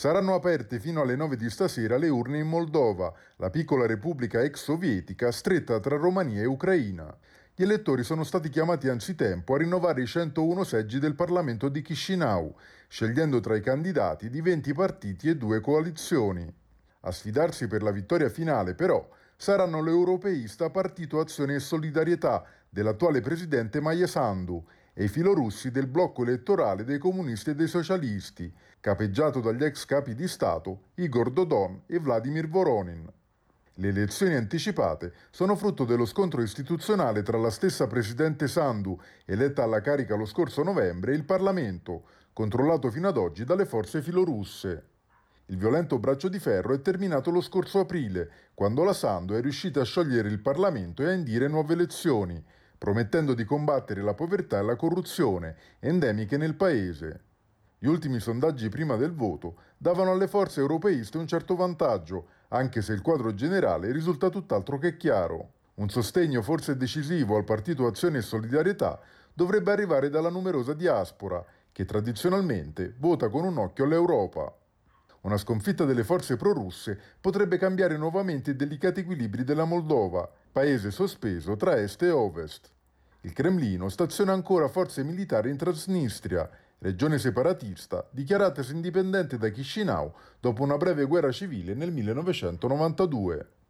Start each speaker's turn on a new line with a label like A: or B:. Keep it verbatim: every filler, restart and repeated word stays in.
A: Saranno aperte fino alle nove di stasera le urne in Moldova, la piccola repubblica ex sovietica stretta tra Romania e Ucraina. Gli elettori sono stati chiamati anzitempo a rinnovare i centouno seggi del Parlamento di Chișinău, scegliendo tra i candidati di venti partiti e due coalizioni. A sfidarsi per la vittoria finale, però, saranno l'europeista Partito Azione e Solidarietà dell'attuale presidente Maia Sandu e i filorussi del blocco elettorale dei comunisti e dei socialisti, capeggiato dagli ex capi di Stato Igor Dodon e Vladimir Voronin. Le elezioni anticipate sono frutto dello scontro istituzionale tra la stessa presidente Sandu, eletta alla carica lo scorso novembre, e il Parlamento, controllato fino ad oggi dalle forze filorusse. Il violento braccio di ferro è terminato lo scorso aprile, quando la Sandu è riuscita a sciogliere il Parlamento e a indire nuove elezioni, promettendo di combattere la povertà e la corruzione endemiche nel paese. Gli ultimi sondaggi prima del voto davano alle forze europeiste un certo vantaggio, anche se il quadro generale risulta tutt'altro che chiaro. Un sostegno forse decisivo al Partito Azione e Solidarietà dovrebbe arrivare dalla numerosa diaspora, che tradizionalmente vota con un occhio all'Europa. Una sconfitta delle forze prorusse potrebbe cambiare nuovamente i delicati equilibri della Moldova, paese sospeso tra est e ovest. Il Cremlino staziona ancora forze militari in Transnistria, regione separatista dichiaratasi indipendente da Chișinău dopo una breve guerra civile nel millenovecentonovantadue.